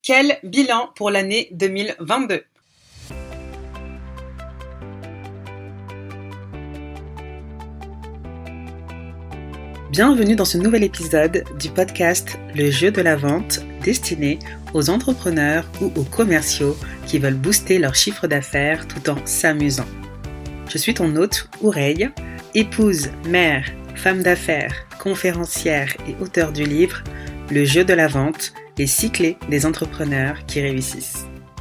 Quel bilan pour l'année 2022? Bienvenue dans ce nouvel épisode du podcast Le jeu de la vente, destiné aux entrepreneurs ou aux commerciaux qui veulent booster leur chiffre d'affaires tout en s'amusant. Je suis ton hôte, Oureille, épouse, mère, femme d'affaires, conférencière et auteure du livre Le jeu de la vente, les 6 clés des entrepreneurs qui réussissent.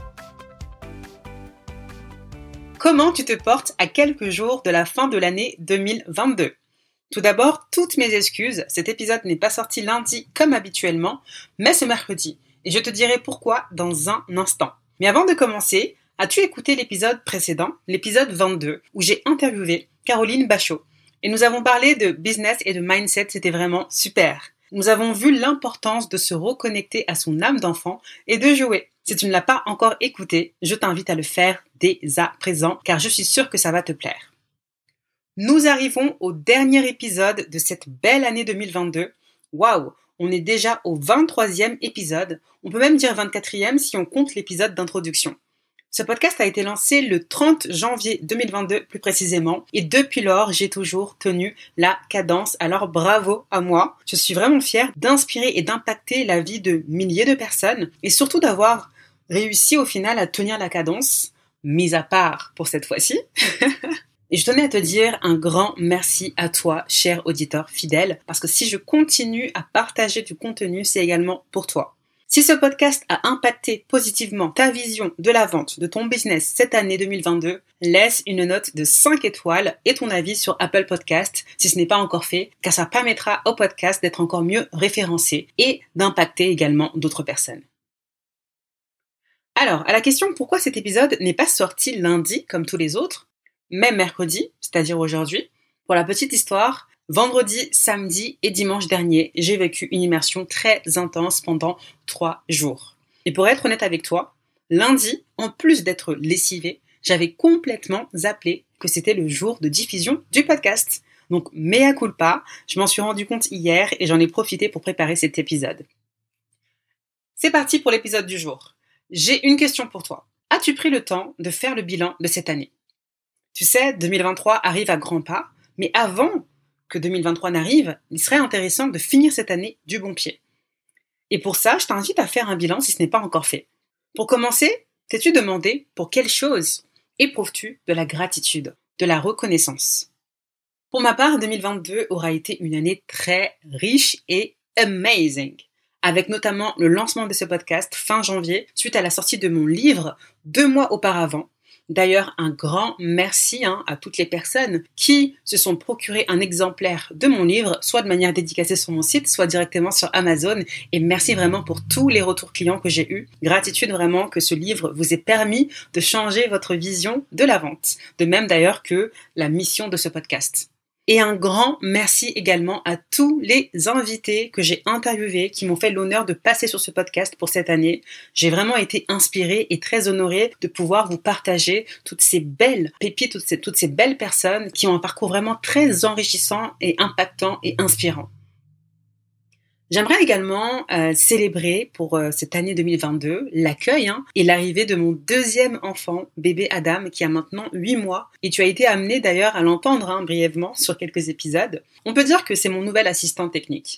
Comment tu te portes à quelques jours de la fin de l'année 2022? Tout d'abord, toutes mes excuses, cet épisode n'est pas sorti lundi comme habituellement, mais ce mercredi, et je te dirai pourquoi dans un instant. Mais avant de commencer, as-tu écouté l'épisode précédent, l'épisode 22, où j'ai interviewé Caroline Bachot, et nous avons parlé de business et de mindset, c'était vraiment super. Nous avons vu l'importance de se reconnecter à son âme d'enfant et de jouer. Si tu ne l'as pas encore écouté, je t'invite à le faire dès à présent, car je suis sûre que ça va te plaire. Nous arrivons au dernier épisode de cette belle année 2022. Waouh, on est déjà au 23e épisode. On peut même dire 24e si on compte l'épisode d'introduction. Ce podcast a été lancé le 30 janvier 2022 plus précisément. Et depuis lors, j'ai toujours tenu la cadence. Alors bravo à moi. Je suis vraiment fière d'inspirer et d'impacter la vie de milliers de personnes. Et surtout d'avoir réussi au final à tenir la cadence, mis à part pour cette fois-ci. Et je tenais à te dire un grand merci à toi, cher auditeur fidèle, parce que si je continue à partager du contenu, c'est également pour toi. Si ce podcast a impacté positivement ta vision de la vente de ton business cette année 2022, laisse une note de 5 étoiles et ton avis sur Apple Podcast si ce n'est pas encore fait, car ça permettra au podcast d'être encore mieux référencé et d'impacter également d'autres personnes. Alors, à la question pourquoi cet épisode n'est pas sorti lundi comme tous les autres, mais mercredi, c'est-à-dire aujourd'hui. Pour la petite histoire, vendredi, samedi et dimanche dernier, j'ai vécu une immersion très intense pendant 3 jours. Et pour être honnête avec toi, lundi, en plus d'être lessivé, j'avais complètement zappé que c'était le jour de diffusion du podcast. Donc, mea culpa, je m'en suis rendu compte hier et j'en ai profité pour préparer cet épisode. C'est parti pour l'épisode du jour. J'ai une question pour toi. As-tu pris le temps de faire le bilan de cette année ? Tu sais, 2023 arrive à grands pas, mais avant que 2023 n'arrive, il serait intéressant de finir cette année du bon pied. Et pour ça, je t'invite à faire un bilan si ce n'est pas encore fait. Pour commencer, t'es-tu demandé pour quelle chose éprouves-tu de la gratitude, de la reconnaissance? Pour ma part, 2022 aura été une année très riche et amazing, avec notamment le lancement de ce podcast fin janvier, suite à la sortie de mon livre 2 mois auparavant. D'ailleurs, un grand merci à toutes les personnes qui se sont procurées un exemplaire de mon livre, soit de manière dédicacée sur mon site, soit directement sur Amazon. Et merci vraiment pour tous les retours clients que j'ai eus. Gratitude vraiment que ce livre vous ait permis de changer votre vision de la vente. De même d'ailleurs que la mission de ce podcast. Et un grand merci également à tous les invités que j'ai interviewés qui m'ont fait l'honneur de passer sur ce podcast pour cette année. J'ai vraiment été inspirée et très honorée de pouvoir vous partager toutes ces belles pépites, toutes ces belles personnes qui ont un parcours vraiment très enrichissant et impactant et inspirant. J'aimerais également célébrer pour cette année 2022 l'accueil et l'arrivée de mon 2e enfant, bébé Adam, qui a maintenant 8 mois. Et tu as été amené d'ailleurs à l'entendre brièvement sur quelques épisodes. On peut dire que c'est mon nouvel assistant technique.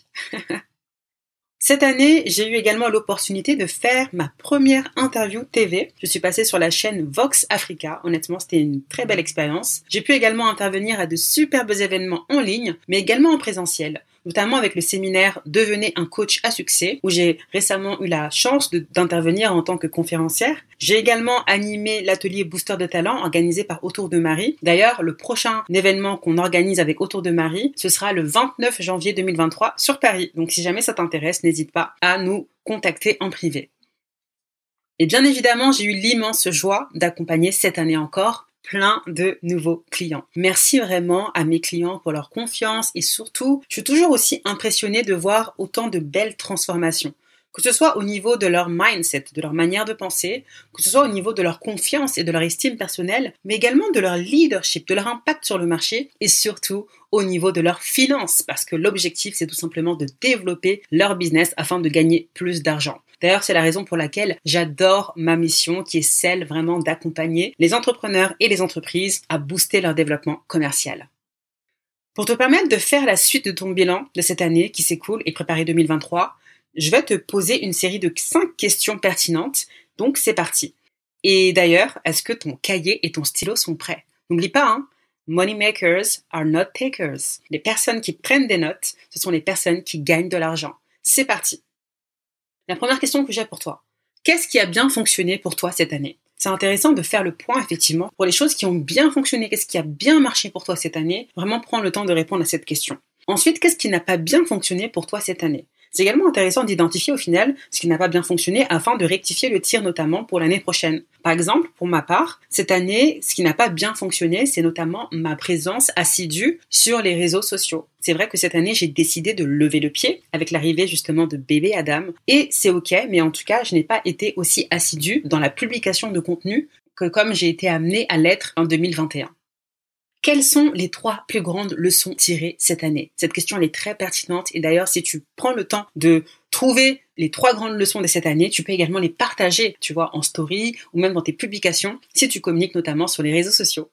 Cette année, j'ai eu également l'opportunité de faire ma première interview TV. Je suis passée sur la chaîne Vox Africa. Honnêtement, c'était une très belle expérience. J'ai pu également intervenir à de superbes événements en ligne, mais également en présentiel, notamment avec le séminaire Devenez un coach à succès, où j'ai récemment eu la chance d'intervenir en tant que conférencière. J'ai également animé l'atelier Booster de talent organisé par Autour de Marie. D'ailleurs, le prochain événement qu'on organise avec Autour de Marie, ce sera le 29 janvier 2023 sur Paris. Donc si jamais ça t'intéresse, n'hésite pas à nous contacter en privé. Et bien évidemment, j'ai eu l'immense joie d'accompagner cette année encore plein de nouveaux clients. Merci vraiment à mes clients pour leur confiance et surtout, je suis toujours aussi impressionnée de voir autant de belles transformations. Que ce soit au niveau de leur mindset, de leur manière de penser, que ce soit au niveau de leur confiance et de leur estime personnelle, mais également de leur leadership, de leur impact sur le marché et surtout au niveau de leurs finances, parce que l'objectif, c'est tout simplement de développer leur business afin de gagner plus d'argent. D'ailleurs, c'est la raison pour laquelle j'adore ma mission qui est celle vraiment d'accompagner les entrepreneurs et les entreprises à booster leur développement commercial. Pour te permettre de faire la suite de ton bilan de cette année qui s'écoule et préparer 2023, je vais te poser une série de 5 questions pertinentes. Donc, c'est parti. Et d'ailleurs, est-ce que ton cahier et ton stylo sont prêts? N'oublie pas, money makers are not takers. Les personnes qui prennent des notes, ce sont les personnes qui gagnent de l'argent. C'est parti. La première question que j'ai pour toi. Qu'est-ce qui a bien fonctionné pour toi cette année? C'est intéressant de faire le point, effectivement, pour les choses qui ont bien fonctionné. Qu'est-ce qui a bien marché pour toi cette année? Vraiment prendre le temps de répondre à cette question. Ensuite, qu'est-ce qui n'a pas bien fonctionné pour toi cette année? C'est également intéressant d'identifier au final ce qui n'a pas bien fonctionné afin de rectifier le tir notamment pour l'année prochaine. Par exemple, pour ma part, cette année, ce qui n'a pas bien fonctionné, c'est notamment ma présence assidue sur les réseaux sociaux. C'est vrai que cette année, j'ai décidé de lever le pied avec l'arrivée justement de bébé Adam. Et c'est ok, mais en tout cas, je n'ai pas été aussi assidue dans la publication de contenu que comme j'ai été amenée à l'être en 2021. Quelles sont les 3 plus grandes leçons tirées cette année? Cette question, elle est très pertinente et d'ailleurs, si tu prends le temps de trouver les 3 grandes leçons de cette année, tu peux également les partager, tu vois, en story ou même dans tes publications si tu communiques notamment sur les réseaux sociaux.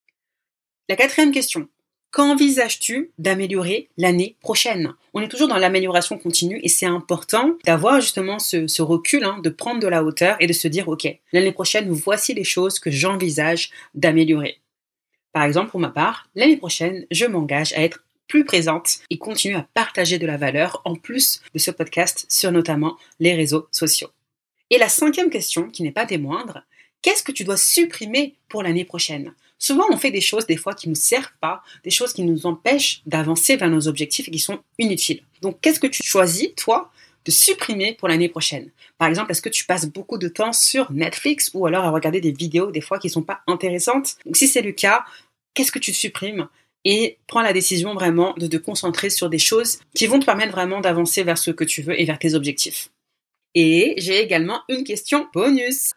La 4e question. Qu'envisages-tu d'améliorer l'année prochaine? On est toujours dans l'amélioration continue et c'est important d'avoir justement ce recul, de prendre de la hauteur et de se dire, ok, l'année prochaine, voici les choses que j'envisage d'améliorer. Par exemple, pour ma part, l'année prochaine, je m'engage à être plus présente et continuer à partager de la valeur en plus de ce podcast sur notamment les réseaux sociaux. Et la 5e question, qui n'est pas des moindres, qu'est-ce que tu dois supprimer pour l'année prochaine? Souvent, on fait des choses des fois qui ne nous servent pas, des choses qui nous empêchent d'avancer vers nos objectifs et qui sont inutiles. Donc, qu'est-ce que tu choisis, toi, de supprimer pour l'année prochaine? Par exemple, est-ce que tu passes beaucoup de temps sur Netflix ou alors à regarder des vidéos des fois qui ne sont pas intéressantes? Donc, si c'est le cas, qu'est-ce que tu supprimes? Et prends la décision vraiment de te concentrer sur des choses qui vont te permettre vraiment d'avancer vers ce que tu veux et vers tes objectifs. Et j'ai également une question bonus.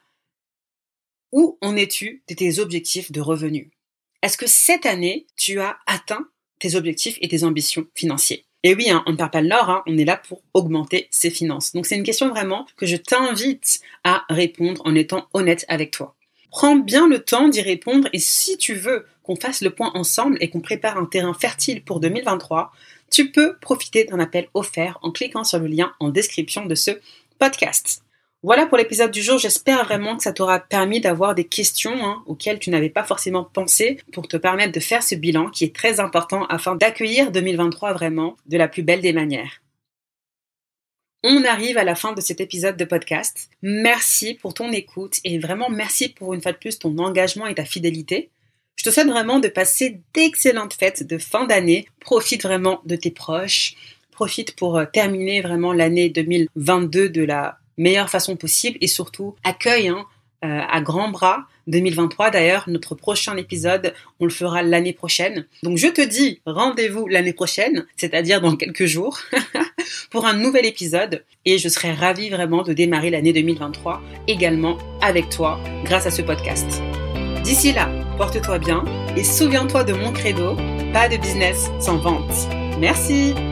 Où en es-tu de tes objectifs de revenus? Est-ce que cette année, tu as atteint tes objectifs et tes ambitions financières? Et oui, on ne perd pas de l'or, on est là pour augmenter ses finances. Donc c'est une question vraiment que je t'invite à répondre en étant honnête avec toi. Prends bien le temps d'y répondre et si tu veux qu'on fasse le point ensemble et qu'on prépare un terrain fertile pour 2023, tu peux profiter d'un appel offert en cliquant sur le lien en description de ce podcast. Voilà pour l'épisode du jour, j'espère vraiment que ça t'aura permis d'avoir des questions auxquelles tu n'avais pas forcément pensé pour te permettre de faire ce bilan qui est très important afin d'accueillir 2023 vraiment de la plus belle des manières. On arrive à la fin de cet épisode de podcast. Merci pour ton écoute et vraiment merci pour une fois de plus ton engagement et ta fidélité. Je te souhaite vraiment de passer d'excellentes fêtes de fin d'année. Profite vraiment de tes proches. Profite pour terminer vraiment l'année 2022 de la meilleure façon possible et surtout accueille à grands bras 2023. D'ailleurs, notre prochain épisode, on le fera l'année prochaine. Donc je te dis rendez-vous l'année prochaine, c'est-à-dire dans quelques jours, pour un nouvel épisode et je serai ravie vraiment de démarrer l'année 2023 également avec toi grâce à ce podcast. D'ici là, porte-toi bien et souviens-toi de mon credo, pas de business sans vente. Merci!